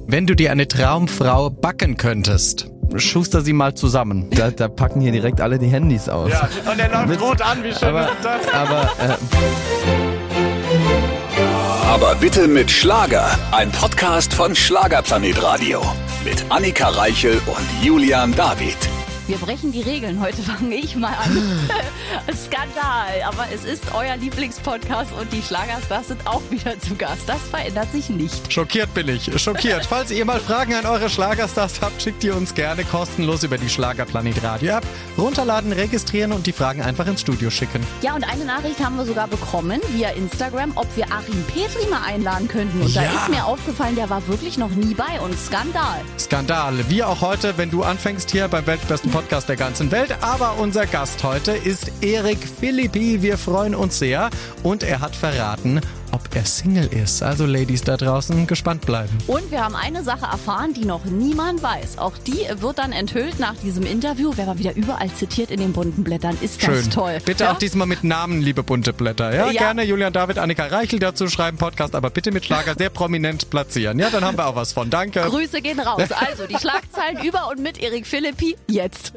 Wenn du dir eine Traumfrau backen könntest, schuster sie mal zusammen. Da packen hier direkt alle die Handys aus. Ja, und er läuft rot an, wie schön ist das? Aber bitte mit Schlager. Ein Podcast von Schlagerplanet Radio. Mit Annika Reichel und Julian David. Wir brechen die Regeln. Heute fange ich mal an. Skandal. Aber es ist euer Lieblingspodcast und die Schlagerstars sind auch wieder zu Gast. Das verändert sich nicht. Schockiert bin ich. Schockiert. Falls ihr mal Fragen an eure Schlagerstars habt, schickt ihr uns gerne kostenlos über die Schlagerplanet Radio App. Runterladen, registrieren und die Fragen einfach ins Studio schicken. Ja, und eine Nachricht haben wir sogar bekommen via Instagram, ob wir Achim Petri mal einladen könnten. Und da ist mir aufgefallen, der war wirklich noch nie bei uns. Skandal. Skandal. Wie auch heute, wenn du anfängst hier beim weltbesten Podcast der ganzen Welt. Aber unser Gast heute ist Eric Philippi. Wir freuen uns sehr. Und er hat verraten, ob er Single ist. Also Ladies da draußen, gespannt bleiben. Und wir haben eine Sache erfahren, die noch niemand weiß. Auch die wird dann enthüllt nach diesem Interview. Wer war wieder überall zitiert in den bunten Blättern. Ist das schön. Toll. Bitte ja? Auch diesmal mit Namen, liebe bunte Blätter. Ja, gerne Julian David, Annika Reichel dazu schreiben, Podcast, aber bitte mit Schlager sehr prominent platzieren. Ja, dann haben wir auch was von. Danke. Grüße gehen raus. Also, die Schlagzeilen über und mit Eric Philippi jetzt.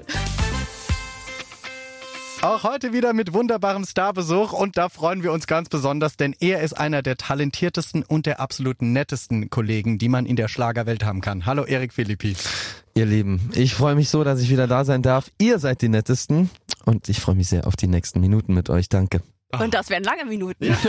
Auch heute wieder mit wunderbarem Starbesuch und da freuen wir uns ganz besonders, denn er ist einer der talentiertesten und der absolut nettesten Kollegen, die man in der Schlagerwelt haben kann. Hallo Eric Philippi. Ihr Lieben, ich freue mich so, dass ich wieder da sein darf. Ihr seid die nettesten und ich freue mich sehr auf die nächsten Minuten mit euch. Danke. Und das wären lange Minuten. Ja.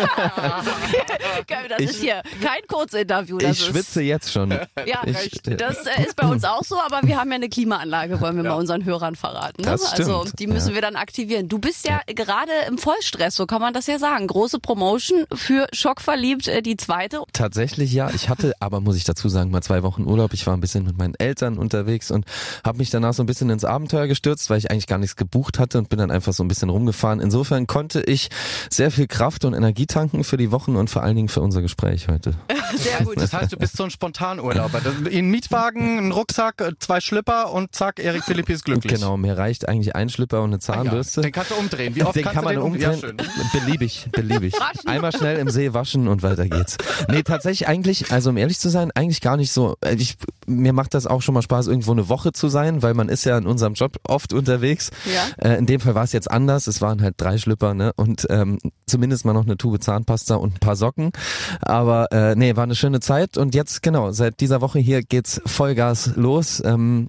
Das ist hier kein Kurzinterview. Ich schwitze jetzt schon. Ja, das ist bei uns auch so, aber wir haben ja eine Klimaanlage, wollen wir mal unseren Hörern verraten. Ne? Das stimmt. Also die müssen wir dann aktivieren. Du bist ja gerade im Vollstress, so kann man das ja sagen. Große Promotion für Schockverliebt, die zweite. Tatsächlich ja. Ich hatte aber, muss ich dazu sagen, mal 2 Wochen Urlaub. Ich war ein bisschen mit meinen Eltern unterwegs und habe mich danach so ein bisschen ins Abenteuer gestürzt, weil ich eigentlich gar nichts gebucht hatte und bin dann einfach so ein bisschen rumgefahren. Insofern konnte ich sehr viel Kraft und Energie tanken für die Wochen und vor allen Dingen für unser Gespräch heute. Sehr gut. Das heißt, du bist so ein Spontanurlauber. In Mietwagen, ein Rucksack, 2 Schlipper und zack, Eric Philippi ist glücklich. Genau, mir reicht eigentlich ein Schlipper und eine Zahnbürste. Ja, den kannst du umdrehen. Wie oft den kann man umdrehen? Ja, beliebig. Einmal schnell im See waschen und weiter geht's. Nee, tatsächlich eigentlich, also um ehrlich zu sein, eigentlich gar nicht so. Mir macht das auch schon mal Spaß, irgendwo eine Woche zu sein, weil man ist ja in unserem Job oft unterwegs. Ja. In dem Fall war es jetzt anders. Es waren halt 3 Schlipper, ne? Und zumindest mal noch eine Tube Zahnpasta und ein paar Socken. Aber nee, war eine schöne Zeit. Und jetzt, genau, seit dieser Woche hier geht's Vollgas los.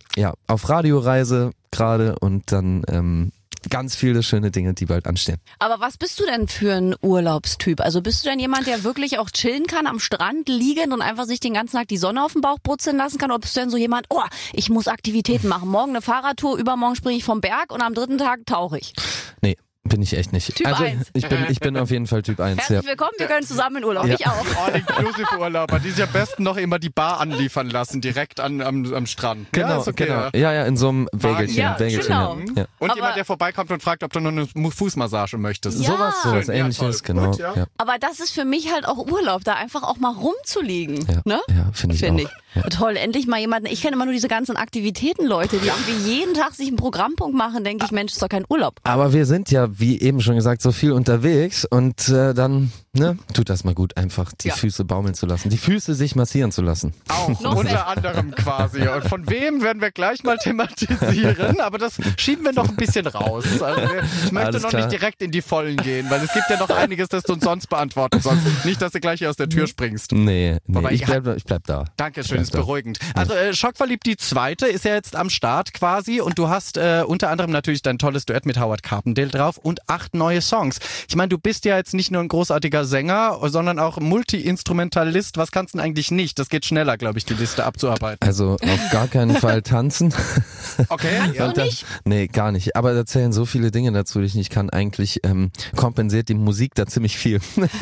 Auf Radioreise gerade und dann ganz viele schöne Dinge, die bald anstehen. Aber was bist du denn für ein Urlaubstyp? Also bist du denn jemand, der wirklich auch chillen kann, am Strand liegend und einfach sich den ganzen Tag die Sonne auf den Bauch brutzeln lassen kann? Oder bist du denn so jemand, ich muss Aktivitäten machen. Morgen eine Fahrradtour, übermorgen springe ich vom Berg und am 3. Tag tauche ich? Nee. Bin ich echt nicht. Typ 1. Ich bin auf jeden Fall Typ 1. Herzlich willkommen, wir können zusammen in Urlaub. Ja. Ich auch. All-Inclusive-Urlauber, die sich am besten noch immer die Bar anliefern lassen, direkt am Strand. Genau, ja, ist okay, genau. Ja, in so einem Wägelchen. Ja, genau. Ja. Und jemand, der vorbeikommt und fragt, ob du noch eine Fußmassage möchtest. Ja. Sowas Ähnliches, genau. Gut, ja. Ja. Aber das ist für mich halt auch Urlaub, da einfach auch mal rumzuliegen. Ja, ne? ja, finde ich auch. Ja. Toll, endlich mal jemanden. Ich kenne immer nur diese ganzen Aktivitäten-Leute, die irgendwie jeden Tag sich einen Programmpunkt machen, denke ich, Mensch, ist doch kein Urlaub. Aber wir sind ja, wie eben schon gesagt, so viel unterwegs und dann tut das mal gut, einfach die Füße baumeln zu lassen, die Füße sich massieren zu lassen. Auch, unter anderem quasi. Und von wem werden wir gleich mal thematisieren, aber das schieben wir noch ein bisschen raus. Also ich möchte noch nicht direkt in die Vollen gehen, weil es gibt ja noch einiges, das du uns sonst beantworten sollst. Nicht, dass du gleich hier aus der Tür springst. Nee, ich bleib da. Dankeschön, ist beruhigend. Also Schockverliebt, die zweite, ist ja jetzt am Start quasi und du hast unter anderem natürlich dein tolles Duett mit Howard Carpendale drauf und 8 neue Songs. Ich meine, du bist ja jetzt nicht nur ein großartiger Sänger, sondern auch Multi-Instrumentalist. Was kannst du denn eigentlich nicht? Das geht schneller, glaube ich, die Liste abzuarbeiten. Also auf gar keinen Fall tanzen. Okay. Kannst du nicht? Nee, gar nicht. Aber da zählen so viele Dinge dazu, die ich nicht kann. Eigentlich kompensiert die Musik da ziemlich viel.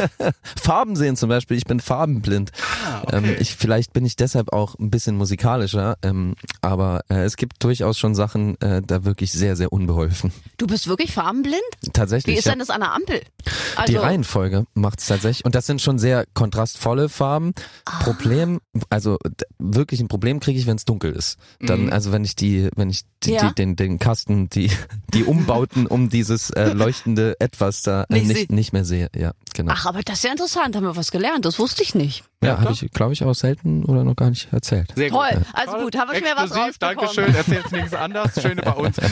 Farben sehen zum Beispiel. Ich bin farbenblind. Okay. Vielleicht bin ich deshalb auch ein bisschen musikalischer. Aber es gibt durchaus schon Sachen, da wirklich sehr, sehr unbeholfen. Du bist wirklich farbenblind? Tatsächlich. Wie ist denn das an der Ampel? Die Reihenfolge macht's tatsächlich. Und das sind schon sehr kontrastvolle Farben. Problem, also wirklich ein Problem kriege ich, wenn es dunkel ist. Dann, also wenn ich den Kasten, die Umbauten um dieses leuchtende Etwas da nicht mehr sehe. Ja, genau. Ach, aber das ist ja interessant. Haben wir was gelernt? Das wusste ich nicht. Ja, habe ich glaube ich, auch selten oder noch gar nicht erzählt. Sehr gut. Toll, also gut, haben wir schon wieder was rausbekommen. Dankeschön, erzähl's nichts anderes, schön über uns.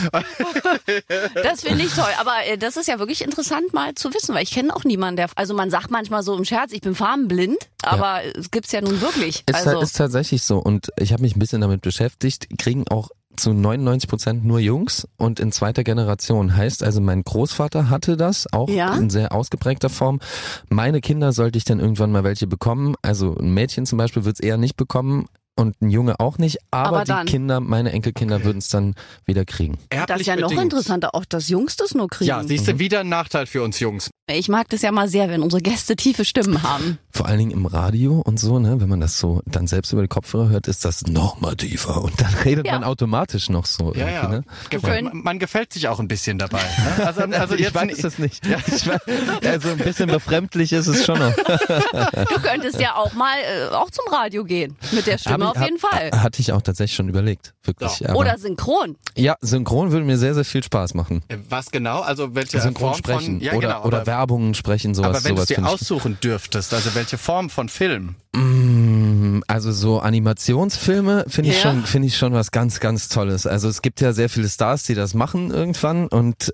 Das finde ich toll, aber das ist ja wirklich interessant mal zu wissen, weil ich kenne auch niemanden, also man sagt manchmal so im Scherz, ich bin farbenblind, aber es gibt's ja nun wirklich. Ist tatsächlich so und ich habe mich ein bisschen damit beschäftigt, kriegen auch zu 99% nur Jungs und in zweiter Generation. Heißt also, mein Großvater hatte das, auch in sehr ausgeprägter Form. Meine Kinder sollte ich dann irgendwann mal welche bekommen. Also ein Mädchen zum Beispiel wird es eher nicht bekommen. Und ein Junge auch nicht, aber die Kinder, meine Enkelkinder würden es dann wieder kriegen. Das ist ja noch interessanter, auch dass Jungs das nur kriegen. Ja, siehst du, wieder ein Nachteil für uns Jungs. Ich mag das ja mal sehr, wenn unsere Gäste tiefe Stimmen haben. Vor allen Dingen im Radio und so, ne, wenn man das so dann selbst über die Kopfhörer hört, ist das noch mal tiefer und dann redet man automatisch noch so. Ja. Ne? Man gefällt sich auch ein bisschen dabei. Ne? Also ich weiß es nicht. Ja, also ein bisschen befremdlich ist es schon noch. Du könntest ja auch mal auch zum Radio gehen mit der Stimme. Auf jeden Fall. Hatte ich auch tatsächlich schon überlegt. Wirklich. So. Oder synchron. Ja, synchron würde mir sehr, sehr viel Spaß machen. Was genau? Also welche synchron Form sprechen von... Ja, oder Werbungen sprechen, sowas. Aber wenn du es dir aussuchen dürftest, also welche Form von Film? Also so Animationsfilme finde ich schon was ganz, ganz Tolles. Also es gibt ja sehr viele Stars, die das machen irgendwann und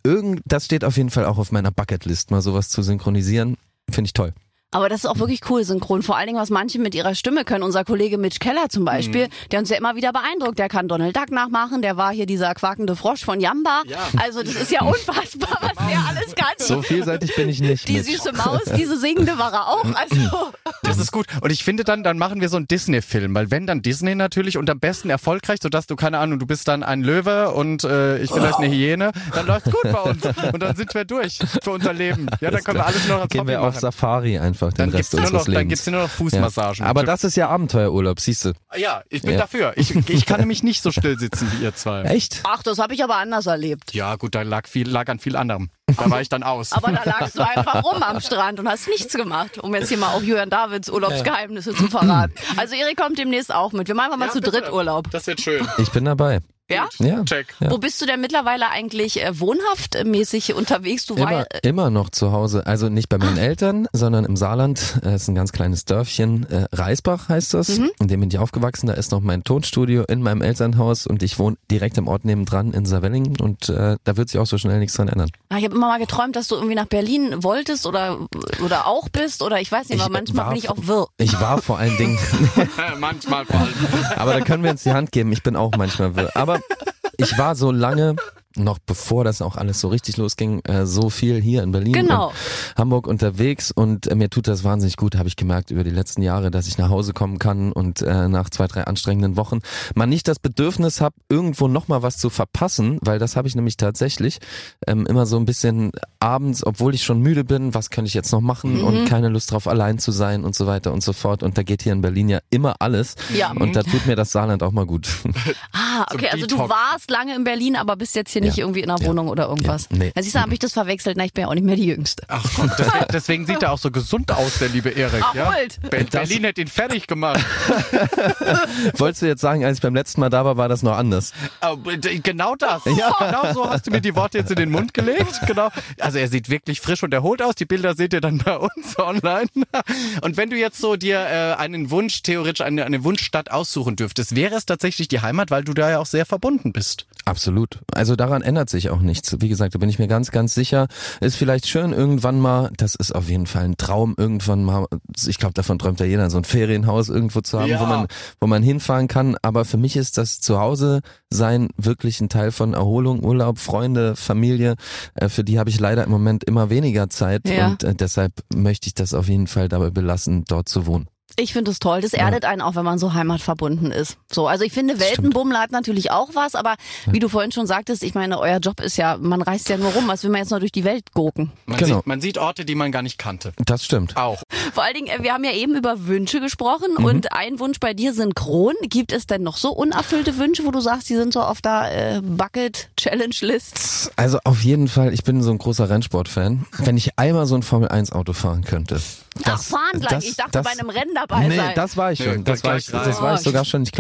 das steht auf jeden Fall auch auf meiner Bucketlist, mal sowas zu synchronisieren. Finde ich toll. Aber das ist auch wirklich cool, synchron. Vor allen Dingen, was manche mit ihrer Stimme können. Unser Kollege Mitch Keller zum Beispiel, der uns ja immer wieder beeindruckt. Der kann Donald Duck nachmachen, der war hier dieser quakende Frosch von Jamba. Ja. Also das ist ja unfassbar, was der alles kann. So vielseitig bin ich nicht. Die süße Maus, diese singende war er auch. Also. Das ist gut. Und ich finde dann machen wir so einen Disney-Film. Weil wenn dann Disney natürlich und am besten erfolgreich, sodass du, keine Ahnung, du bist dann ein Löwe und ich vielleicht eine Hyäne, dann läuft's gut bei uns. Und dann sind wir durch für unser Leben. Ja, dann können wir alles noch als Gehen Hobby wir auf machen. Safari einfach. Dann gibt's nur noch Fußmassagen. Ja. Aber das ist ja Abenteuerurlaub, siehst du. Ja, ich bin dafür. Ich kann nämlich nicht so still sitzen wie ihr zwei. Echt? Ach, das habe ich aber anders erlebt. Ja, gut, da lag an viel anderem. Da war ich dann aus. Aber da lagst du einfach rum am Strand und hast nichts gemacht, um jetzt hier mal auch Julian Davids Urlaubsgeheimnisse zu verraten. Also Erik kommt demnächst auch mit. Wir machen mal zu dritt Urlaub. Das wird schön. Ich bin dabei. Ja? Ja. Check. Ja. Wo bist du denn mittlerweile eigentlich wohnhaftmäßig unterwegs? Immer noch zu Hause. Also nicht bei meinen Eltern, sondern im Saarland. Es ist ein ganz kleines Dörfchen. Reisbach heißt das. In dem bin ich aufgewachsen. Da ist noch mein Tonstudio in meinem Elternhaus und ich wohne direkt im Ort nebendran in Saarwellingen und da wird sich auch so schnell nichts dran ändern. Ich habe immer mal geträumt, dass du irgendwie nach Berlin wolltest oder auch bist oder ich weiß nicht, aber manchmal bin ich auch wirr. Ich war vor allen Dingen... Manchmal vor allem. Aber da können wir uns die Hand geben. Ich bin auch manchmal wirr. Aber ich war so lange, noch bevor das auch alles so richtig losging, so viel hier in Berlin und Hamburg unterwegs und mir tut das wahnsinnig gut, habe ich gemerkt über die letzten Jahre, dass ich nach Hause kommen kann und nach 2, 3 anstrengenden Wochen man nicht das Bedürfnis habe, irgendwo nochmal was zu verpassen, weil das habe ich nämlich tatsächlich immer so ein bisschen abends, obwohl ich schon müde bin, was kann ich jetzt noch machen und keine Lust drauf, allein zu sein und so weiter und so fort und da geht hier in Berlin ja immer alles und da tut mir das Saarland auch mal gut. Ah, okay, also du warst lange in Berlin, aber bist jetzt hier nicht irgendwie in einer Wohnung oder irgendwas. Ja, nee. Siehst du, habe ich das verwechselt? Na, ich bin ja auch nicht mehr die Jüngste. Ach komm, deswegen sieht er auch so gesund aus, der liebe Erik. Ach, ja? Berlin hat ihn fertig gemacht. Wolltest du jetzt sagen, als ich beim letzten Mal da war das noch anders? Genau das. Ja. Genau so hast du mir die Worte jetzt in den Mund gelegt. Genau. Also er sieht wirklich frisch und erholt aus. Die Bilder seht ihr dann bei uns online. Und wenn du jetzt so dir einen Wunsch, theoretisch eine Wunschstadt aussuchen dürftest, wäre es tatsächlich die Heimat, weil du da ja auch sehr verbunden bist. Absolut. Also daran ändert sich auch nichts. Wie gesagt, da bin ich mir ganz, ganz sicher. Ist vielleicht schön irgendwann mal, das ist auf jeden Fall ein Traum, irgendwann mal, ich glaube, davon träumt ja jeder, so ein Ferienhaus irgendwo zu haben, wo man hinfahren kann. Aber für mich ist das Zuhause sein wirklich ein Teil von Erholung, Urlaub, Freunde, Familie. Für die habe ich leider im Moment immer weniger Zeit und deshalb möchte ich das auf jeden Fall dabei belassen, dort zu wohnen. Ich finde es toll. Das erdet einen auch, wenn man so heimatverbunden ist. So, also ich finde, Weltenbummel hat natürlich auch was, aber wie du vorhin schon sagtest, ich meine, euer Job ist ja, man reist ja nur rum, als will man jetzt noch durch die Welt gucken. Man sieht Orte, die man gar nicht kannte. Das stimmt. Auch. Vor allen Dingen, wir haben ja eben über Wünsche gesprochen und ein Wunsch bei dir synchron. Gibt es denn noch so unerfüllte Wünsche, wo du sagst, die sind so auf der Bucket-Challenge-List? Also auf jeden Fall, ich bin so ein großer Rennsport-Fan. Wenn ich einmal so ein Formel-1-Auto fahren könnte. Fahren gleich. Ich dachte, bei einem Rennen dabei sein. Nee, das war ich schon. Das war ich sogar schon, ich glaube,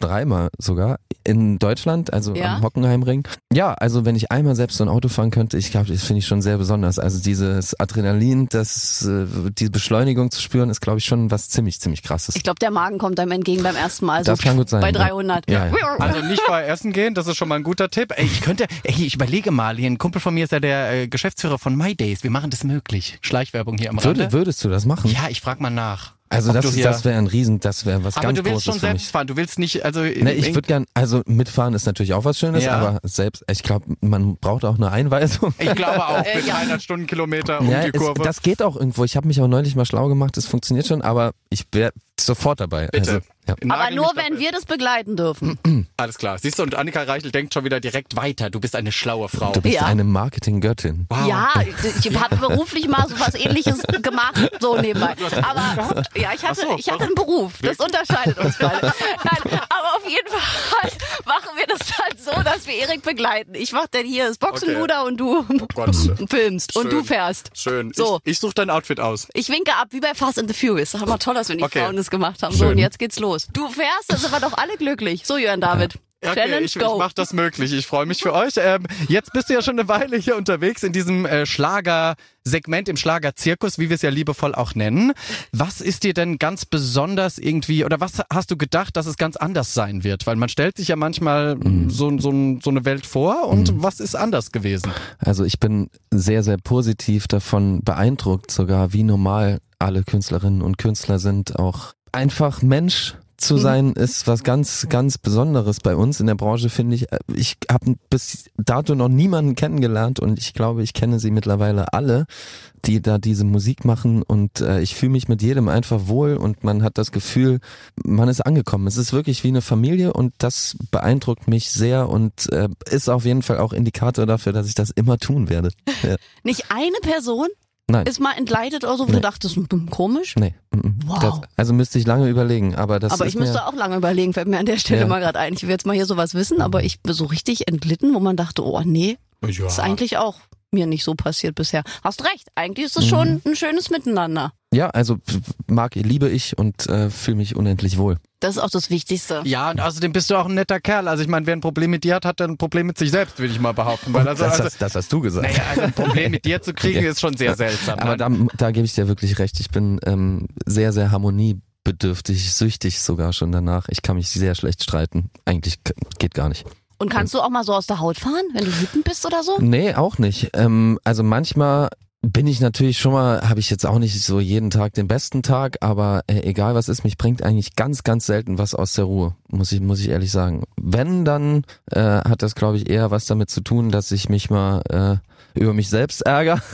3-mal sogar in Deutschland, also Ja? am Hockenheimring. Ja, also wenn ich einmal selbst so ein Auto fahren könnte, ich glaube, das finde ich schon sehr besonders. Also dieses Adrenalin, die Beschleunigung zu spüren, ist glaube ich schon was ziemlich krasses. Ich glaube, der Magen kommt einem entgegen beim ersten Mal. Das kann gut sein, Bei ja. 300. Ja. Also nicht vorher essen gehen, das ist schon mal ein guter Tipp. Ich überlege mal, hier ein Kumpel von mir ist ja der Geschäftsführer von My Days. Wir machen das möglich. Schleichwerbung hier am Rande. Würdest du das machen? Ja, ich frag mal nach. Also Ob das du hier- wäre was Aber ganz du willst Großes schon für selbst mich. fahren, du willst nicht, also... Ne, ich würde gern, also mitfahren ist natürlich auch was Schönes, Ja. aber selbst, ich glaube, man braucht auch eine Einweisung. Ich glaube auch, mit ja. 300 Stundenkilometer um Ja, die Kurve. das geht auch irgendwo. Ich habe mich auch neulich mal schlau gemacht, es funktioniert schon, aber ich wäre sofort dabei. Bitte. Also, ja. Aber Nagel nur, mich wenn dafür. wir das begleiten dürfen. Alles klar. Siehst du, und Annika Reichel denkt schon wieder direkt weiter. Du bist eine schlaue Frau. Du bist Ja. eine Marketinggöttin. Wow. Ja, ich habe beruflich mal so was Ähnliches gemacht, so nebenbei. Aber ja, ich hatte einen Beruf. Das unterscheidet uns beide. Nein, aber auf jeden Fall machen wir das halt so, dass wir Erik begleiten. Ich mach dann hier das Boxenluder und du Gott. filmst und Schön. du fährst. Schön. So. Ich suche dein Outfit aus. Ich winke ab, wie bei Fast and the Furious. Das ist mal toll, dass wir die Okay. Frauen das gemacht haben. So, Schön. und jetzt geht's los. Du fährst, dann sind wir doch alle glücklich. So, Jörn David. Okay, Challenge, ich go. mache das möglich. Ich freue mich für euch. Jetzt bist du ja schon eine Weile hier unterwegs in diesem Schlagersegment, im Schlagerzirkus, wie wir es ja liebevoll auch nennen. Was ist dir denn ganz besonders irgendwie, oder was hast du gedacht, dass es ganz anders sein wird? Weil man stellt sich ja manchmal so eine Welt vor und was ist anders gewesen? Also ich bin sehr, sehr positiv davon beeindruckt sogar, wie normal alle Künstlerinnen und Künstler sind. Auch einfach Mensch zu sein ist was ganz, ganz Besonderes bei uns in der Branche, finde ich. Ich habe bis dato noch niemanden kennengelernt und ich glaube, ich kenne sie mittlerweile alle, die da diese Musik machen und ich fühle mich mit jedem einfach wohl und man hat das Gefühl, man ist angekommen. Es ist wirklich wie eine Familie und das beeindruckt mich sehr und ist auf jeden Fall auch Indikator dafür, dass ich das immer tun werde. Ja. Nicht eine Person Nein. ist mal entgleitet oder so, wo Nee. du dachtest, komisch. Nee. Wow. Also müsste ich lange überlegen, aber das Aber ist ich müsste mir, auch lange überlegen, fällt mir an der Stelle Ja. mal gerade ein. Ich will jetzt mal hier sowas wissen, aber ich bin so richtig entglitten, wo man dachte, oh nee, Ja. ist eigentlich auch mir nicht so passiert bisher. Hast recht, eigentlich ist es schon ein schönes Miteinander. ja, also liebe ich und fühle mich unendlich wohl. Das ist auch das Wichtigste. Ja, und außerdem bist du auch ein netter Kerl. Also ich meine, wer ein Problem mit dir hat, hat dann ein Problem mit sich selbst, würde ich mal behaupten. Weil Das hast du gesagt. naja, also ein Problem mit dir zu kriegen, ist schon sehr seltsam. Aber da gebe ich dir wirklich recht. Ich bin sehr, sehr harmoniebedürftig, süchtig sogar schon danach. Ich kann mich sehr schlecht streiten. Eigentlich geht gar nicht. Und kannst du auch mal so aus der Haut fahren, wenn du wütend bist oder so? Nee, auch nicht. Also manchmal bin ich natürlich schon mal, habe ich jetzt auch nicht so jeden Tag den besten Tag, aber egal was ist, mich bringt eigentlich ganz, ganz selten was aus der Ruhe, muss ich ehrlich sagen. Wenn, dann hat das, glaube ich, eher was damit zu tun, dass ich mich mal über mich selbst ärgere,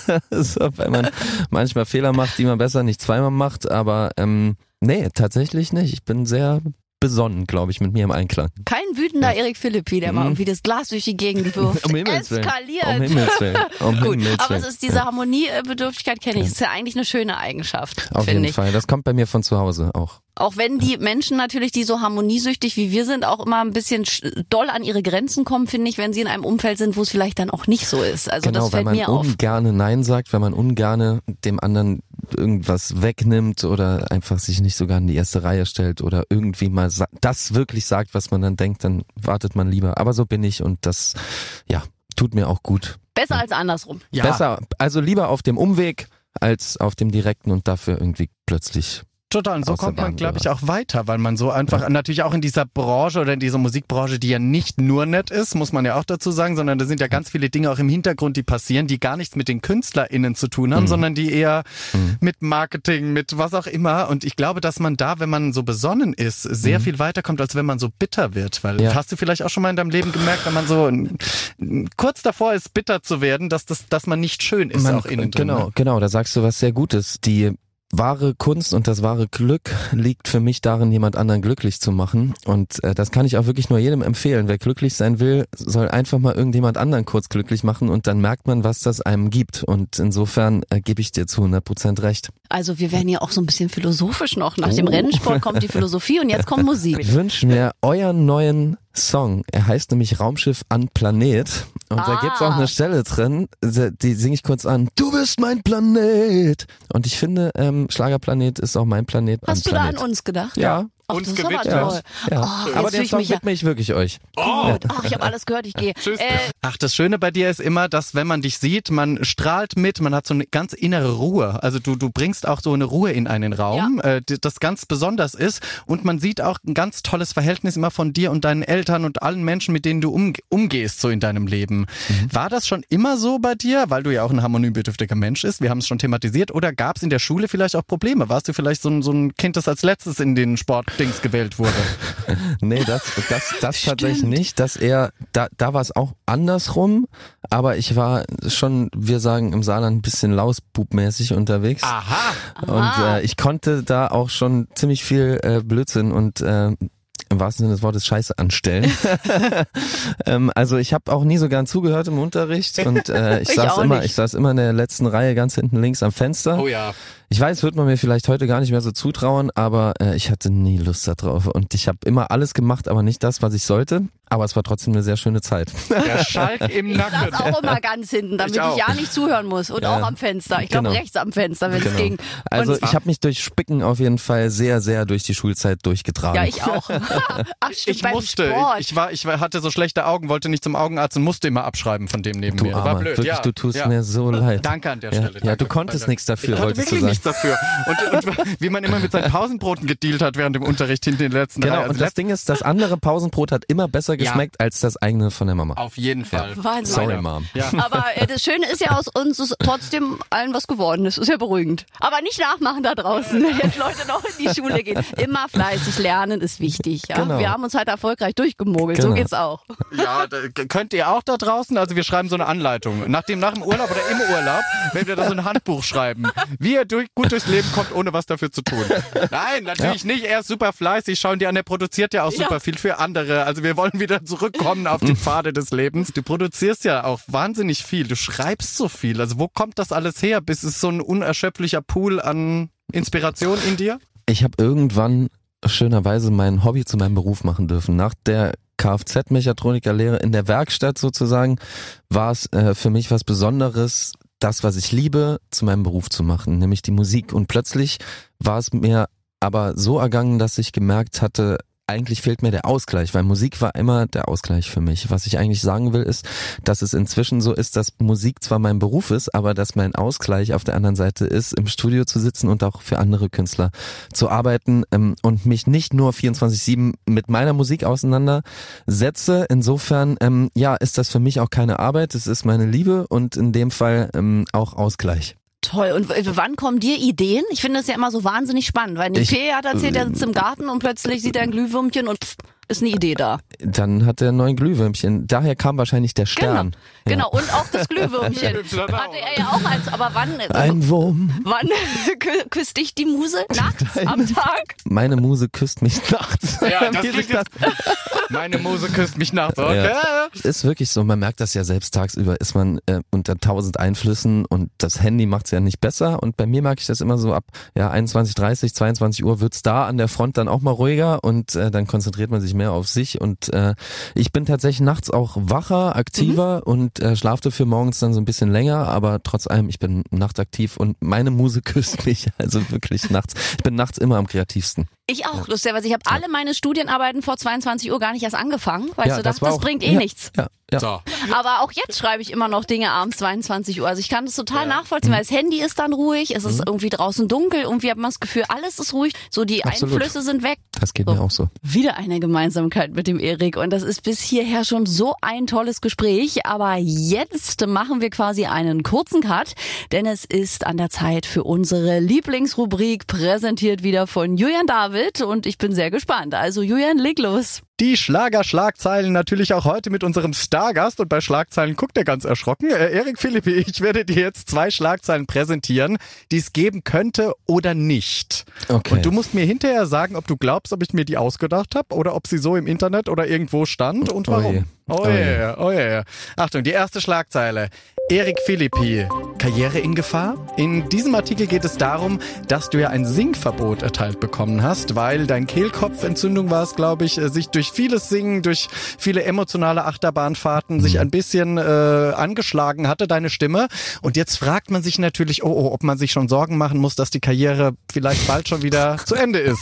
so, weil man manchmal Fehler macht, die man besser nicht zweimal macht, aber nee, tatsächlich nicht. Ich bin sehr besonnen, glaube ich, mit mir im Einklang. Kein wütender Erik Philippi, der mal irgendwie das Glas durch die Gegend wirft. Um Himmels Willen. Eskaliert. Um Himmels Willen. Um Gut, Himmels aber Willen. es ist diese Harmoniebedürftigkeit, kenne ich. Das ist ja eigentlich eine schöne Eigenschaft, Auf finde jeden ich. Fall. Das kommt bei mir von zu Hause auch. Auch wenn die Menschen natürlich, die so harmoniesüchtig wie wir sind, auch immer ein bisschen doll an ihre Grenzen kommen, finde ich, wenn sie in einem Umfeld sind, wo es vielleicht dann auch nicht so ist. Also Genau, das weil fällt man mir auf. ungerne Nein sagt, weil man ungerne dem anderen irgendwas wegnimmt oder einfach sich nicht sogar in die erste Reihe stellt oder irgendwie mal das wirklich sagt, was man dann denkt, dann wartet man lieber. Aber so bin ich und das, ja, tut mir auch gut. Besser als andersrum. ja. Besser, also lieber auf dem Umweg als auf dem direkten und dafür irgendwie plötzlich. Total, und so Aus der kommt man, Bahn glaube ich, auch weiter, weil man so einfach, natürlich auch in dieser Branche oder in dieser Musikbranche, die ja nicht nur nett ist, muss man ja auch dazu sagen, sondern da sind ja ganz viele Dinge auch im Hintergrund, die passieren, die gar nichts mit den KünstlerInnen zu tun haben, sondern die eher mit Marketing, mit was auch immer. Und ich glaube, dass man da, wenn man so besonnen ist, sehr viel weiterkommt, als wenn man so bitter wird. Weil Ja. hast du vielleicht auch schon mal in deinem Leben gemerkt, wenn man so kurz davor ist, bitter zu werden, dass man nicht schön ist, auch innen drin. Genau, da sagst du was sehr Gutes. Die wahre Kunst und das wahre Glück liegt für mich darin, jemand anderen glücklich zu machen. Und das kann ich auch wirklich nur jedem empfehlen. Wer glücklich sein will, soll einfach mal irgendjemand anderen kurz glücklich machen und dann merkt man, was das einem gibt. Und insofern gebe ich dir zu 100% recht. Also wir werden ja auch so ein bisschen philosophisch noch. Nach dem Rennsport kommt die Philosophie und jetzt kommt Musik. Ich wünsche mir euren neuen Song. Er heißt nämlich Raumschiff an Planet. Und da gibt's auch eine Stelle drin, die singe ich kurz an. Du bist mein Planet. Und ich finde, Schlagerplanet ist auch mein Planet. Hast du da an Planet. uns gedacht? Ja. Ach, uns das ist aber gewidmet. toll. Ja. Oh, Aber jetzt den fühl Song ich mich widme ich wirklich euch. gut. Ach, ich habe alles gehört, ich gehe. Tschüss. Ach, das Schöne bei dir ist immer, dass wenn man dich sieht, man strahlt mit, man hat so eine ganz innere Ruhe. Also du bringst auch so eine Ruhe in einen Raum, das ganz besonders ist. Und man sieht auch ein ganz tolles Verhältnis immer von dir und deinen Eltern und allen Menschen, mit denen du umgehst so in deinem Leben. War das schon immer so bei dir, weil du ja auch ein harmoniebedürftiger Mensch bist? Wir haben es schon thematisiert. Oder gab es in der Schule vielleicht auch Probleme? Warst du vielleicht so ein Kind, das als letztes in den Sportdings gewählt wurde? Nee, das tatsächlich nicht. Das eher, da war es auch andersrum, aber ich war schon, wir sagen im Saarland, ein bisschen lausbubmäßig unterwegs. Aha! Und ich konnte da auch schon ziemlich viel Blödsinn und im wahrsten Sinne des Wortes Scheiße anstellen. Also ich habe auch nie so gern zugehört im Unterricht und ich saß immer in der letzten Reihe ganz hinten links am Fenster. Oh ja. Ich weiß, wird man mir vielleicht heute gar nicht mehr so zutrauen, aber ich hatte nie Lust da drauf und ich habe immer alles gemacht, aber nicht das, was ich sollte. Aber es war trotzdem eine sehr schöne Zeit. Der Schalk im Nacken. Ich saß auch immer ganz hinten, damit ich ja nicht zuhören muss. Und auch am Fenster. Ich glaube rechts am Fenster, wenn es ging. Also ich habe mich durch Spicken auf jeden Fall sehr, sehr durch die Schulzeit durchgetragen. Ja, ich auch. Ach, stimmt, Ich musste. Ich hatte so schlechte Augen, wollte nicht zum Augenarzt und musste immer abschreiben von dem neben mir. Armer, War blöd. wirklich, du tust mir so leid. Danke an der Stelle. Ja, du konntest nichts dafür, ich konnte wolltest du wirklich sagen. nichts dafür. Und wie man immer mit seinen Pausenbroten gedealt hat während dem Unterricht hinter den letzten Genau, Reihen. Also und das Ding ist, das andere Pausenbrot hat immer besser geschmeckt als das eigene von der Mama. Auf jeden Fall. Wahnsinn. Sorry, Mom. Ja. Aber das Schöne ist ja, aus uns ist trotzdem allen was geworden. Das ist ja beruhigend. Aber nicht nachmachen da draußen, wenn jetzt Leute noch in die Schule gehen. Immer fleißig lernen ist wichtig. Ja? Genau. Wir haben uns halt erfolgreich durchgemogelt. Genau. So geht's auch. Ja, könnt ihr auch da draußen, also wir schreiben so eine Anleitung. Nach dem Urlaub oder im Urlaub, wenn wir da so ein Handbuch schreiben, wie ihr gut durchs Leben kommt, ohne was dafür zu tun. Nein, natürlich nicht. Er ist super fleißig. Schauen dir an, er produziert ja auch super viel für andere. Also wir wollen wieder zurückkommen auf die Pfade des Lebens. Du produzierst ja auch wahnsinnig viel. Du schreibst so viel. Also wo kommt das alles her? Ist es so ein unerschöpflicher Pool an Inspiration in dir? Ich habe irgendwann schönerweise mein Hobby zu meinem Beruf machen dürfen. Nach der Kfz-Mechatronikerlehre in der Werkstatt sozusagen war es für mich was Besonderes, das, was ich liebe, zu meinem Beruf zu machen, nämlich die Musik. Und plötzlich war es mir aber so ergangen, dass ich gemerkt hatte, eigentlich fehlt mir der Ausgleich, weil Musik war immer der Ausgleich für mich. Was ich eigentlich sagen will, ist, dass es inzwischen so ist, dass Musik zwar mein Beruf ist, aber dass mein Ausgleich auf der anderen Seite ist, im Studio zu sitzen und auch für andere Künstler zu arbeiten und mich nicht nur 24/7 mit meiner Musik auseinandersetze. Insofern, ist das für mich auch keine Arbeit, es ist meine Liebe und in dem Fall auch Ausgleich. Toll. Und wann kommen dir Ideen? Ich finde das ja immer so wahnsinnig spannend, weil Nifé hat erzählt, er sitzt im Garten und plötzlich sieht er ein Glühwürmchen und ist eine Idee da. Dann hat er ein neues Glühwürmchen. Daher kam wahrscheinlich der Stern. Genau. Und auch das Glühwürmchen. Hatte er ja auch als, aber wann? Ein Wurm. Wann küsst dich die Muse? Nachts? Am Tag? Meine Muse küsst mich nachts. Ja, das klingt jetzt. Meine Muse küsst mich nachts. Okay. Ja. Ist wirklich so, man merkt das ja selbst tagsüber, ist man unter 1000 Einflüssen und das Handy macht es ja nicht besser und bei mir merke ich das immer so ab 21:30, 22 Uhr wird's da an der Front dann auch mal ruhiger und dann konzentriert man sich mehr auf sich und ich bin tatsächlich nachts auch wacher, aktiver und schlafe dafür morgens dann so ein bisschen länger, aber trotz allem, ich bin nachtaktiv und meine Muse küsst mich, also wirklich nachts. Ich bin nachts immer am kreativsten. Ich auch, lustigerweise. Ich habe alle meine Studienarbeiten vor 22 Uhr gar nicht erst angefangen, weil ich so dachte, das bringt nichts. Ja. So. Aber auch jetzt schreibe ich immer noch Dinge abends 22 Uhr. Also ich kann das total nachvollziehen, weil das Handy ist dann ruhig, es ist irgendwie draußen dunkel, irgendwie hat man das Gefühl, alles ist ruhig, so die Einflüsse sind weg. Das geht mir auch so. Wieder eine Gemeinsamkeit mit dem Erik und das ist bis hierher schon so ein tolles Gespräch, aber jetzt machen wir quasi einen kurzen Cut, denn es ist an der Zeit für unsere Lieblingsrubrik, präsentiert wieder von Julian David und ich bin sehr gespannt. Also Julian, leg los. Die Schlagerschlagzeilen natürlich auch heute mit unserem Stargast und bei Schlagzeilen guckt er ganz erschrocken. Erik Philippi, ich werde dir jetzt 2 Schlagzeilen präsentieren, die es geben könnte oder nicht. Okay. Und du musst mir hinterher sagen, ob du glaubst, ob ich mir die ausgedacht habe oder ob sie so im Internet oder irgendwo stand und warum. Oh je. Achtung, die erste Schlagzeile. Erik Philippi, Karriere in Gefahr? In diesem Artikel geht es darum, dass du ja ein Singverbot erteilt bekommen hast, weil dein Kehlkopfentzündung war es, glaube ich, sich durch vieles Singen, durch viele emotionale Achterbahnfahrten sich ein bisschen angeschlagen hatte, deine Stimme. Und jetzt fragt man sich natürlich, ob man sich schon Sorgen machen muss, dass die Karriere vielleicht bald schon wieder zu Ende ist.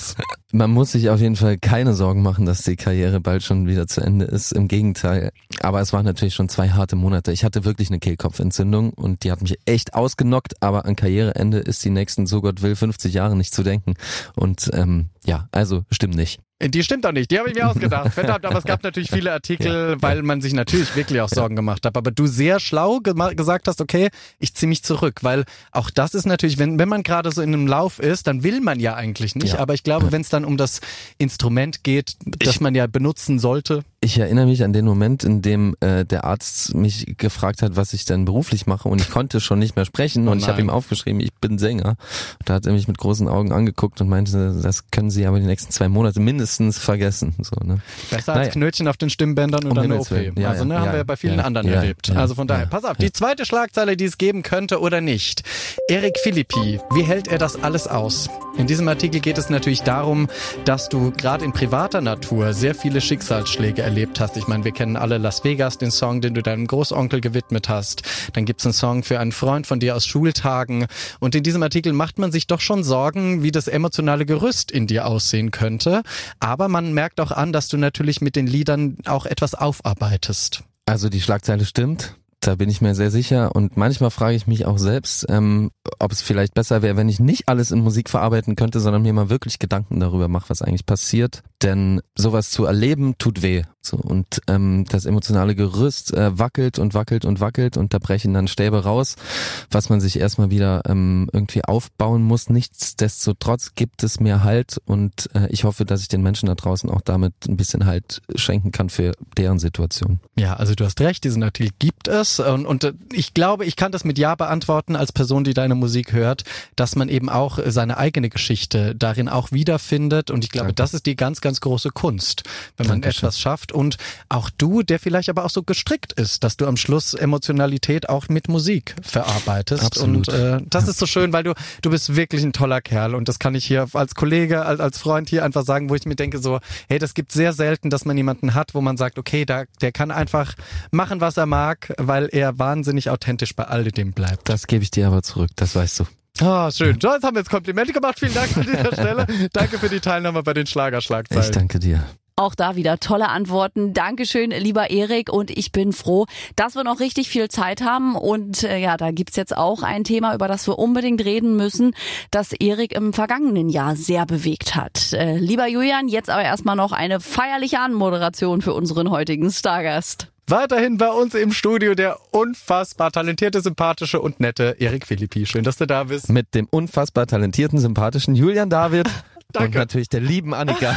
Man muss sich auf jeden Fall keine Sorgen machen, dass die Karriere bald schon wieder zu Ende ist. Im Gegenteil. Aber es waren natürlich schon 2 harte Monate. Ich hatte wirklich eine Kehlkopfentzündung und die hat mich echt ausgenockt. Aber an Karriereende ist die nächsten, so Gott will, 50 Jahre nicht zu denken. Und also stimmt nicht. Die stimmt doch nicht, die habe ich mir ausgedacht. Verdammt, aber es gab natürlich viele Artikel, weil man sich natürlich wirklich auch Sorgen gemacht hat. Aber du sehr schlau gesagt hast, okay, ich ziehe mich zurück, weil auch das ist natürlich, wenn man gerade so in einem Lauf ist, dann will man ja eigentlich nicht. Aber ich glaube, wenn es dann um das Instrument geht, das man ja benutzen sollte. Ich erinnere mich an den Moment, in dem der Arzt mich gefragt hat, was ich denn beruflich mache und ich konnte schon nicht mehr sprechen und ich habe ihm aufgeschrieben, ich bin Sänger. Da hat er mich mit großen Augen angeguckt und meinte, das können Sie aber die nächsten 2 Monate mindestens vergessen. So, ne? Besser als Knötchen auf den Stimmbändern oder eine OP. Haben wir ja bei vielen anderen erlebt. Also von daher, pass auf, die zweite Schlagzeile, die es geben könnte oder nicht. Eric Philippi, wie hält er das alles aus? In diesem Artikel geht es natürlich darum, dass du gerade in privater Natur sehr viele Schicksalsschläge erlebt hast. Ich meine, wir kennen alle Las Vegas, den Song, den du deinem Großonkel gewidmet hast. Dann gibt's einen Song für einen Freund von dir aus Schultagen. Und in diesem Artikel macht man sich doch schon Sorgen, wie das emotionale Gerüst in dir aussehen könnte. Aber man merkt auch an, dass du natürlich mit den Liedern auch etwas aufarbeitest. Also die Schlagzeile stimmt. Da bin ich mir sehr sicher und manchmal frage ich mich auch selbst, ob es vielleicht besser wäre, wenn ich nicht alles in Musik verarbeiten könnte, sondern mir mal wirklich Gedanken darüber mache, was eigentlich passiert. Denn sowas zu erleben tut weh. So, und das emotionale Gerüst wackelt und wackelt und wackelt und da brechen dann Stäbe raus, was man sich erstmal wieder irgendwie aufbauen muss. Nichtsdestotrotz gibt es mir Halt und ich hoffe, dass ich den Menschen da draußen auch damit ein bisschen Halt schenken kann für deren Situation. Ja, also du hast recht, diesen Artikel gibt es und ich glaube, ich kann das mit Ja beantworten als Person, die deine Musik hört, dass man eben auch seine eigene Geschichte darin auch wiederfindet und ich glaube, das ist die ganz, ganz große Kunst, wenn man etwas schafft und auch du, der vielleicht aber auch so gestrickt ist, dass du am Schluss Emotionalität auch mit Musik verarbeitest. Absolut. Und das ist so schön, weil du bist wirklich ein toller Kerl und das kann ich hier als Kollege, als Freund hier einfach sagen, wo ich mir denke so, hey, das gibt sehr selten, dass man jemanden hat, wo man sagt, okay, der kann einfach machen, was er mag, weil er wahnsinnig authentisch bei alledem bleibt. Das gebe ich dir aber zurück, das weißt du. Ah, schön. Jetzt haben wir jetzt Komplimente gemacht. Vielen Dank an dieser Stelle. Danke für die Teilnahme bei den Schlagerschlagzeilen. Ich danke dir. Auch da wieder tolle Antworten. Dankeschön, lieber Erik. Und ich bin froh, dass wir noch richtig viel Zeit haben. Und da gibt's jetzt auch ein Thema, über das wir unbedingt reden müssen, das Erik im vergangenen Jahr sehr bewegt hat. Lieber Julian, jetzt aber erstmal noch eine feierliche Anmoderation für unseren heutigen Stargast. Weiterhin bei uns im Studio der unfassbar talentierte, sympathische und nette Erik Philippi. Schön, dass du da bist. Mit dem unfassbar talentierten, sympathischen Julian David. Danke. Und natürlich der lieben Annika.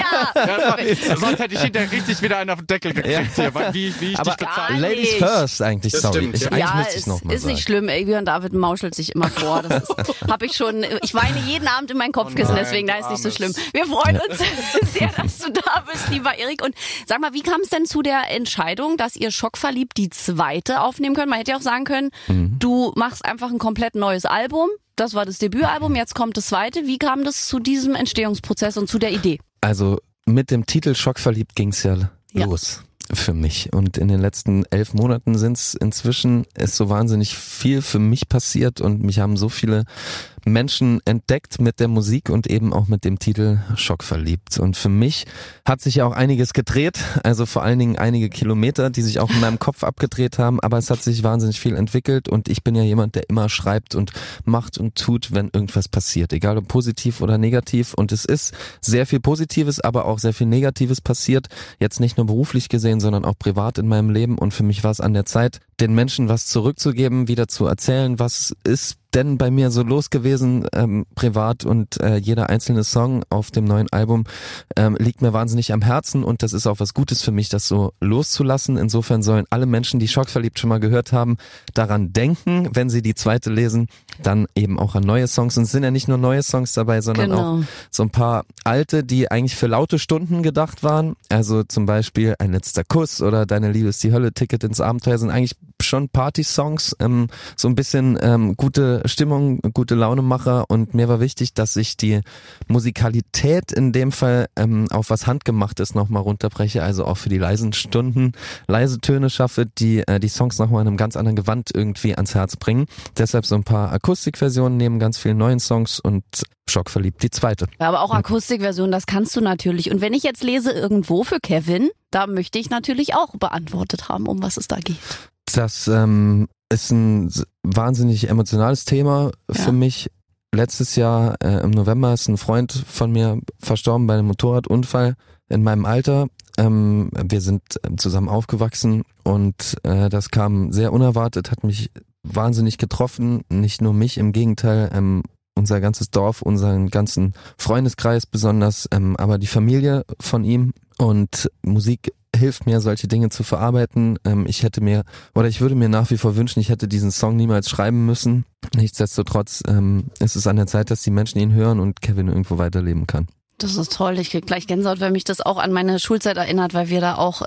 Sonst hätte ich hinterher richtig wieder einen auf den Deckel gekriegt hier, wie ich dich bezahle. Ladies first eigentlich, das sorry. Stimmt, eigentlich müsste ich es nochmal sagen. Ist nicht schlimm, Julian David mauschelt sich immer vor. Das habe ich schon, ich weine jeden Abend in mein Kopfkissen, deswegen da ist nicht so schlimm. Wir freuen uns sehr, dass du da bist, lieber Erik. Und sag mal, wie kam es denn zu der Entscheidung, dass ihr Schockverliebt die zweite aufnehmen könnt? Man hätte ja auch sagen können, du machst einfach ein komplett neues Album. Das war das Debütalbum, jetzt kommt das zweite. Wie kam das zu diesem Entstehungsprozess und zu der Idee? Also mit dem Titel Schockverliebt ging's ja los für mich. Und in den letzten 11 Monaten ist so wahnsinnig viel für mich passiert und mich haben so viele Menschen entdeckt mit der Musik und eben auch mit dem Titel Schockverliebt. Und für mich hat sich ja auch einiges gedreht, also vor allen Dingen einige Kilometer, die sich auch in meinem Kopf abgedreht haben, aber es hat sich wahnsinnig viel entwickelt und ich bin ja jemand, der immer schreibt und macht und tut, wenn irgendwas passiert, egal ob positiv oder negativ. Und es ist sehr viel Positives, aber auch sehr viel Negatives passiert, jetzt nicht nur beruflich gesehen, sondern auch privat in meinem Leben. Und für mich war es an der Zeit, den Menschen was zurückzugeben, wieder zu erzählen, was ist denn bei mir so los gewesen, privat, und jeder einzelne Song auf dem neuen Album liegt mir wahnsinnig am Herzen und das ist auch was Gutes für mich, das so loszulassen. Insofern sollen alle Menschen, die Schockverliebt schon mal gehört haben, daran denken, wenn sie die zweite lesen, dann eben auch an neue Songs. Und es sind ja nicht nur neue Songs dabei, sondern auch so ein paar alte, die eigentlich für laute Stunden gedacht waren. Also zum Beispiel Ein letzter Kuss oder Deine Liebe ist die Hölle, Ticket ins Abenteuer sind eigentlich schon Party-Songs, so ein bisschen gute Stimmung, gute Launemacher, und mir war wichtig, dass ich die Musikalität in dem Fall auf was Handgemachtes nochmal runterbreche, also auch für die leisen Stunden leise Töne schaffe, die Songs nochmal in einem ganz anderen Gewand irgendwie ans Herz bringen. Deshalb so ein paar Akustikversionen neben ganz vielen neuen Songs und Schockverliebt die zweite. Aber auch Akustikversion, das kannst du natürlich. Und wenn ich jetzt lese irgendwo für Kevin, da möchte ich natürlich auch beantwortet haben, um was es da geht. Das ist ein wahnsinnig emotionales Thema für mich. Letztes Jahr im November ist ein Freund von mir verstorben bei einem Motorradunfall in meinem Alter. Wir sind zusammen aufgewachsen und das kam sehr unerwartet, hat mich wahnsinnig getroffen. Nicht nur mich, im Gegenteil, unser ganzes Dorf, unseren ganzen Freundeskreis besonders, aber die Familie von ihm. Und Musik hilft mir, solche Dinge zu verarbeiten. Ich würde mir nach wie vor wünschen, ich hätte diesen Song niemals schreiben müssen. Nichtsdestotrotz ist es an der Zeit, dass die Menschen ihn hören und Kevin irgendwo weiterleben kann. Das ist toll. Ich krieg gleich Gänsehaut, weil mich das auch an meine Schulzeit erinnert, weil wir da auch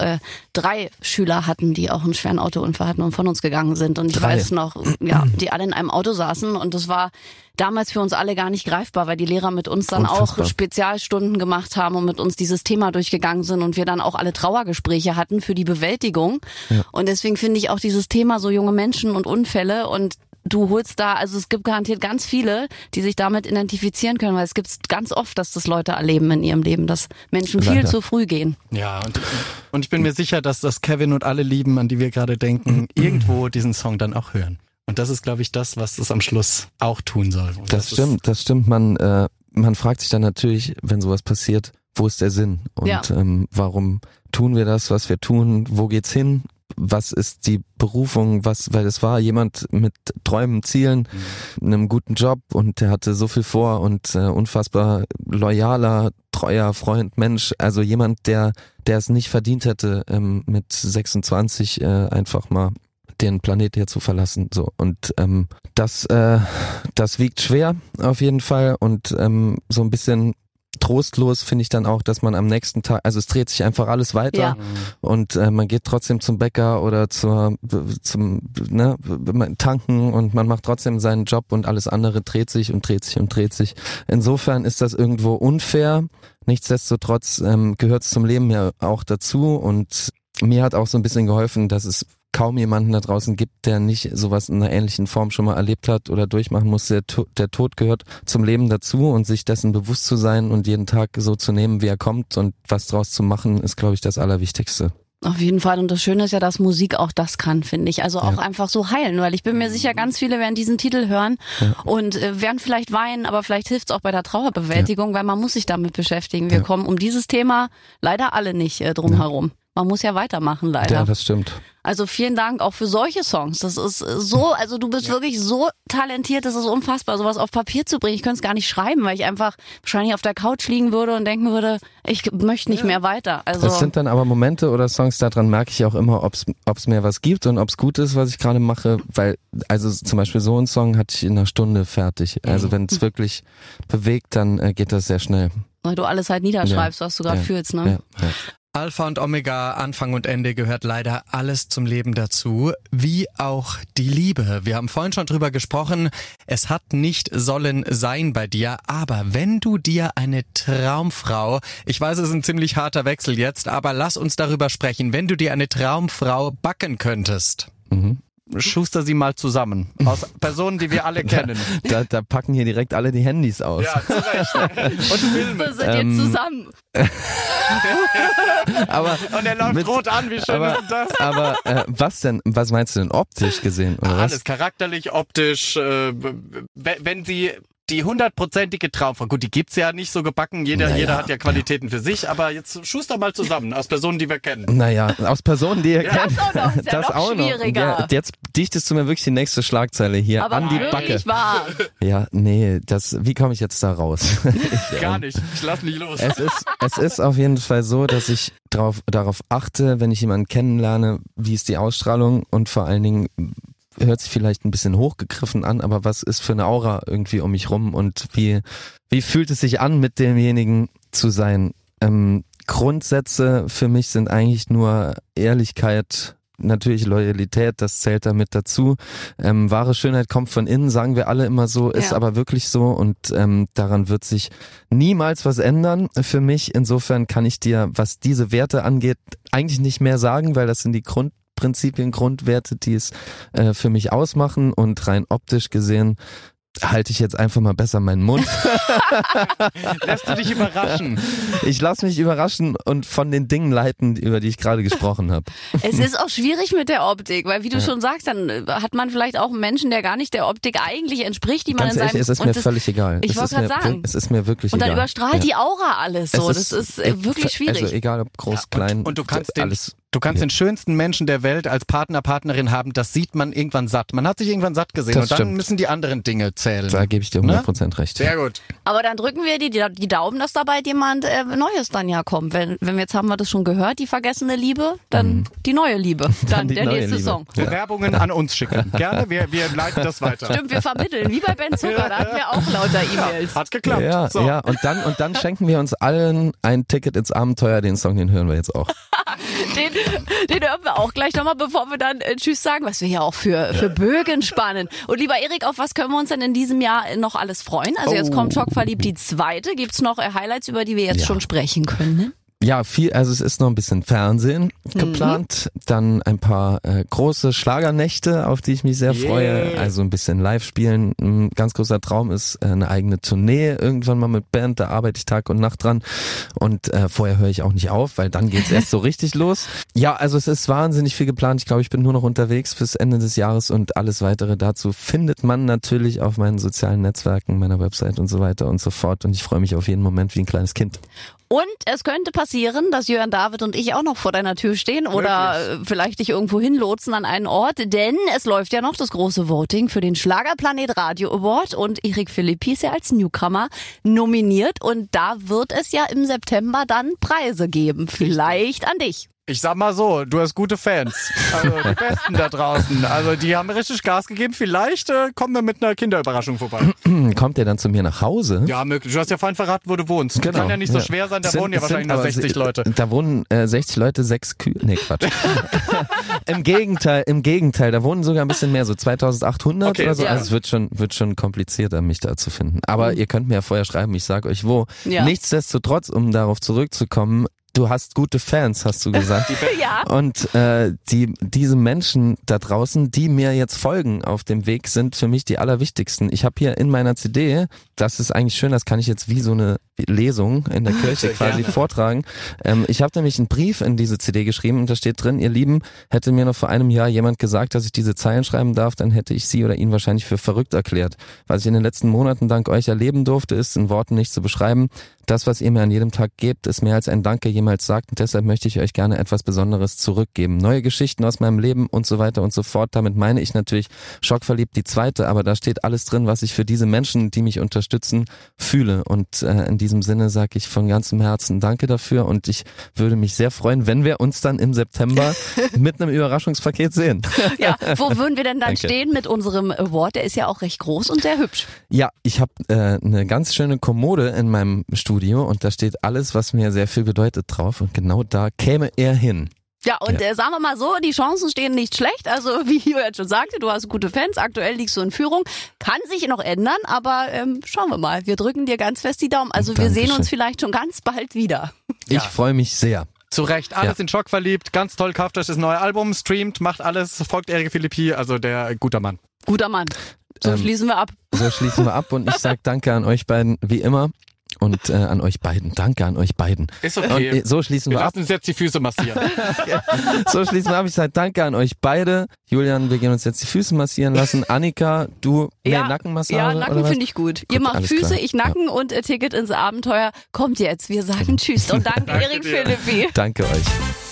3 Schüler hatten, die auch einen schweren Autounfall hatten und von uns gegangen sind. Und ich weiß noch, die alle in einem Auto saßen, und das war damals für uns alle gar nicht greifbar, weil die Lehrer mit uns dann auch Spezialstunden gemacht haben und mit uns dieses Thema durchgegangen sind und wir dann auch alle Trauergespräche hatten für die Bewältigung. Ja. Und deswegen finde ich auch dieses Thema so junge Menschen und Unfälle, und du holst da, also es gibt garantiert ganz viele, die sich damit identifizieren können, weil es gibt ganz oft, dass das Leute erleben in ihrem Leben, dass Menschen viel zu früh gehen. Ja, und ich bin mir sicher, dass das Kevin und alle Lieben, an die wir gerade denken, irgendwo diesen Song dann auch hören. Und das ist, glaube ich, das, was es am Schluss auch tun soll. Und das stimmt. Man fragt sich dann natürlich, wenn sowas passiert, wo ist der Sinn? Und warum tun wir das, was wir tun? Wo geht's hin? Was ist die Berufung, weil es war jemand mit Träumen, Zielen, einem guten Job, und der hatte so viel vor und unfassbar loyaler, treuer Freund, Mensch, also jemand, der es nicht verdient hätte, mit 26 einfach mal den Planet hier zu verlassen, so. Und das wiegt schwer auf jeden Fall, und so ein bisschen trostlos finde ich dann auch, dass man am nächsten Tag, also es dreht sich einfach alles weiter und man geht trotzdem zum Bäcker oder zum Tanken, und man macht trotzdem seinen Job, und alles andere dreht sich und dreht sich und dreht sich. Insofern ist das irgendwo unfair. Nichtsdestotrotz gehört es zum Leben ja auch dazu, und mir hat auch so ein bisschen geholfen, dass es kaum jemanden da draußen gibt, der nicht sowas in einer ähnlichen Form schon mal erlebt hat oder durchmachen muss. Der Tod gehört zum Leben dazu, und sich dessen bewusst zu sein und jeden Tag so zu nehmen, wie er kommt, und was draus zu machen, ist, glaube ich, das Allerwichtigste. Auf jeden Fall. Und das Schöne ist ja, dass Musik auch das kann, finde ich. Also auch einfach so heilen, weil ich bin mir sicher, ganz viele werden diesen Titel hören und werden vielleicht weinen, aber vielleicht hilft es auch bei der Trauerbewältigung, weil man muss sich damit beschäftigen. Wir kommen um dieses Thema leider alle nicht drum herum. Man muss ja weitermachen, leider. Ja, das stimmt. Also vielen Dank auch für solche Songs. Das ist so, also du bist wirklich so talentiert, das ist unfassbar, sowas auf Papier zu bringen. Ich könnte es gar nicht schreiben, weil ich einfach wahrscheinlich auf der Couch liegen würde und denken würde, ich möchte nicht mehr weiter. Also das sind dann aber Momente oder Songs, daran merke ich auch immer, ob's mir was gibt und ob's gut ist, was ich gerade mache, weil, also zum Beispiel so ein Song hatte ich in einer Stunde fertig. Also wenn es wirklich bewegt, dann geht das sehr schnell. Weil du alles halt niederschreibst, was du gerade fühlst, ne? Ja. Alpha und Omega, Anfang und Ende, gehört leider alles zum Leben dazu, wie auch die Liebe. Wir haben vorhin schon drüber gesprochen, es hat nicht sollen sein bei dir, aber wenn du dir eine Traumfrau, ich weiß, es ist ein ziemlich harter Wechsel jetzt, aber lass uns darüber sprechen, wenn du dir eine Traumfrau backen könntest. Schuster sie mal zusammen. Aus Personen, die wir alle kennen. Da packen hier direkt alle die Handys aus. Ja, zu Recht. Und Filme. So sind jetzt zusammen. Und er läuft rot an, wie schön ist das? Aber was meinst du denn optisch gesehen? Oder alles, was? charakterlich, optisch, wenn sie die 100%ige Traumfrau, gut, die gibt's ja nicht so gebacken, jeder hat ja Qualitäten für sich, aber jetzt schuster mal zusammen, aus Personen, die wir kennen. Naja, aus Personen, die ihr kennt. Das ist ja das noch auch noch. schwieriger. Ja, jetzt dichtest du mir wirklich die nächste Schlagzeile hier aber an die Backe. Wahr. Ja, nee, wie komme ich jetzt da raus? Gar nicht, ich lass nicht los. Es ist auf jeden Fall so, dass ich darauf achte, wenn ich jemanden kennenlerne, wie ist die Ausstrahlung, und vor allen Dingen, hört sich vielleicht ein bisschen hochgegriffen an, aber was ist für eine Aura irgendwie um mich rum, und wie fühlt es sich an, mit demjenigen zu sein? Grundsätze für mich sind eigentlich nur Ehrlichkeit, natürlich Loyalität, das zählt damit dazu. Wahre Schönheit kommt von innen, sagen wir alle immer so, ist aber wirklich so und daran wird sich niemals was ändern für mich. Insofern kann ich dir, was diese Werte angeht, eigentlich nicht mehr sagen, weil das sind die Grundprinzipien, Grundwerte, die es für mich ausmachen und rein optisch gesehen halte ich jetzt einfach mal besser meinen Mund. Lässt du dich überraschen? Ich lasse mich überraschen und von den Dingen leiten, über die ich gerade gesprochen habe. Es ist auch schwierig mit der Optik, weil wie du schon sagst, dann hat man vielleicht auch einen Menschen, der gar nicht der Optik eigentlich entspricht, die man Ganz in seinem... ehrlich, es ist mir völlig egal. Ich wollte gerade sagen. Es ist mir wirklich egal. Und dann überstrahlt die Aura alles so. Das ist wirklich schwierig. Also egal ob groß, klein, und du kannst alles... Du kannst den schönsten Menschen der Welt als Partner, Partnerin haben, das sieht man irgendwann satt. Man hat sich irgendwann satt gesehen Das und dann stimmt. müssen die anderen Dinge zählen. Da gebe ich dir 100% recht. Sehr gut. Aber dann drücken wir die Daumen, dass da bald jemand Neues dann ja kommt. Wenn wir jetzt haben wir das schon gehört, die vergessene Liebe, dann die neue Liebe. Dann die der neue nächste Liebe. Song. Bewerbungen an uns schicken. Gerne, wir leiten das weiter. Stimmt, wir vermitteln. Wie bei Ben Zucker, da hatten wir auch lauter E-Mails. Hat geklappt. Ja, so. ja, und dann schenken wir uns allen ein Ticket ins Abenteuer. Den Song, den hören wir jetzt auch. Den hören wir auch gleich nochmal, bevor wir dann Tschüss sagen, was wir ja auch für Bögen spannen. Und lieber Erik, auf was können wir uns denn in diesem Jahr noch alles freuen? Also jetzt kommt Schockverliebt die 2. Gibt's noch Highlights, über die wir jetzt schon sprechen können? Ne? Ja, also es ist noch ein bisschen Fernsehen geplant, dann ein paar große Schlagernächte, auf die ich mich sehr freue, also ein bisschen live spielen. Ein ganz großer Traum ist eine eigene Tournee, irgendwann mal mit Band, da arbeite ich Tag und Nacht dran und vorher höre ich auch nicht auf, weil dann geht's erst so richtig los. Ja, also es ist wahnsinnig viel geplant, ich glaube, ich bin nur noch unterwegs bis Ende des Jahres und alles weitere dazu findet man natürlich auf meinen sozialen Netzwerken, meiner Website und so weiter und so fort und ich freue mich auf jeden Moment wie ein kleines Kind. Und es könnte passieren, dass Jörn David und ich auch noch vor deiner Tür stehen oder vielleicht dich irgendwo hinlotsen an einen Ort, denn es läuft ja noch das große Voting für den Schlagerplanet Radio Award und Erik Philippi ist ja als Newcomer nominiert und da wird es ja im September dann Preise geben, vielleicht an dich. Ich sag mal so, du hast gute Fans. Also die Besten da draußen. Also die haben richtig Gas gegeben. Vielleicht kommen wir mit einer Kinderüberraschung vorbei. Kommt der dann zu mir nach Hause? Ja, möglich. Du hast ja vorhin verraten, wo du wohnst. Genau. Kann ja nicht so schwer sein, da wohnen ja wahrscheinlich nur 60 Leute. Da wohnen 60 Leute, 6 Kühe. Nee, Quatsch. Im Gegenteil, da wohnen sogar ein bisschen mehr, so 2800 oder so. Ja. Also es wird schon komplizierter, mich da zu finden. Aber ihr könnt mir ja vorher schreiben, ich sag euch wo. Ja. Nichtsdestotrotz, um darauf zurückzukommen, du hast gute Fans, hast du gesagt. Ja. Und diese Menschen da draußen, die mir jetzt folgen auf dem Weg, sind für mich die allerwichtigsten. Ich habe hier in meiner CD, das ist eigentlich schön, das kann ich jetzt wie so eine Lesung in der Kirche quasi vortragen. Ich habe nämlich einen Brief in diese CD geschrieben und da steht drin, ihr Lieben, hätte mir noch vor einem Jahr jemand gesagt, dass ich diese Zeilen schreiben darf, dann hätte ich sie oder ihn wahrscheinlich für verrückt erklärt. Was ich in den letzten Monaten dank euch erleben durfte, ist in Worten nicht zu beschreiben. Das, was ihr mir an jedem Tag gebt, ist mehr als ein Danke jemals sagt und deshalb möchte ich euch gerne etwas Besonderes zurückgeben. Neue Geschichten aus meinem Leben und so weiter und so fort. Damit meine ich natürlich Schockverliebt die 2., aber da steht alles drin, was ich für diese Menschen, die mich unterstützen, fühle. Und in diesem Sinne sage ich von ganzem Herzen Danke dafür und ich würde mich sehr freuen, wenn wir uns dann im September mit einem Überraschungspaket sehen. Ja, wo würden wir denn dann Danke. stehen mit unserem Award? Der ist ja auch recht groß und sehr hübsch. Ja, ich habe eine ganz schöne Kommode in meinem Studio und da steht alles, was mir sehr viel bedeutet drauf und genau da käme er hin. Ja, und sagen wir mal so, die Chancen stehen nicht schlecht. Also wie Julian schon sagte, du hast gute Fans, aktuell liegst du in Führung. Kann sich noch ändern, aber schauen wir mal. Wir drücken dir ganz fest die Daumen. Also wir sehen uns vielleicht schon ganz bald wieder. Ich freue mich sehr. Zu Recht, alles in Schock verliebt. Ganz toll, kauft euch das neue Album, streamt, macht alles, folgt Erik Philippi, also der guter Mann. Guter Mann. So schließen wir ab. So schließen wir ab und ich sage Danke an euch beiden, wie immer. Und an euch beiden. Danke an euch beiden. Ist okay. Und, so schließen wir ab. lassen uns jetzt die Füße massieren. So schließen wir ab. Ich sage Danke an euch beide. Julian, wir gehen uns jetzt die Füße massieren lassen. Annika, du, Nackenmassage? Ja, Nacken finde ich gut. Ihr macht alles Füße, klar. ich Nacken und Ticket ins Abenteuer kommt jetzt. Wir sagen Tschüss und danke Erik Philippi. Danke euch.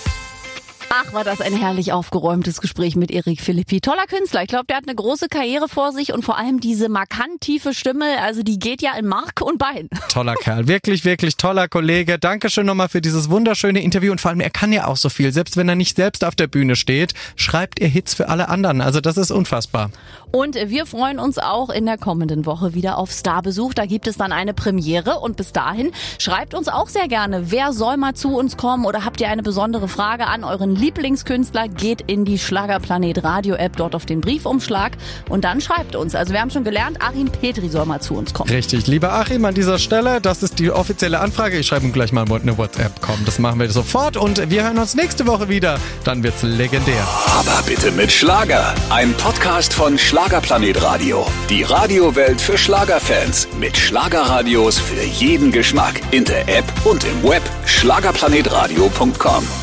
Ach, war das ein herrlich aufgeräumtes Gespräch mit Erik Philippi. Toller Künstler. Ich glaube, der hat eine große Karriere vor sich und vor allem diese markant tiefe Stimme, also die geht ja in Mark und Bein. Toller Kerl. Wirklich, wirklich toller Kollege. Dankeschön nochmal für dieses wunderschöne Interview und vor allem, er kann ja auch so viel. Selbst wenn er nicht selbst auf der Bühne steht, schreibt er Hits für alle anderen. Also das ist unfassbar. Und wir freuen uns auch in der kommenden Woche wieder auf Starbesuch. Da gibt es dann eine Premiere und bis dahin schreibt uns auch sehr gerne, wer soll mal zu uns kommen oder habt ihr eine besondere Frage an euren Lieblingskünstler, geht in die Schlagerplanet Radio App, dort auf den Briefumschlag und dann schreibt uns. Also wir haben schon gelernt, Achim Petri soll mal zu uns kommen. Richtig, lieber Achim, an dieser Stelle, das ist die offizielle Anfrage. Ich schreibe ihm gleich mal eine WhatsApp. Komm, das machen wir sofort und wir hören uns nächste Woche wieder. Dann wird's legendär. Aber bitte mit Schlager. Ein Podcast von Schlagerplanet Radio. Die Radiowelt für Schlagerfans. Mit Schlagerradios für jeden Geschmack. In der App und im Web. Schlagerplanetradio.com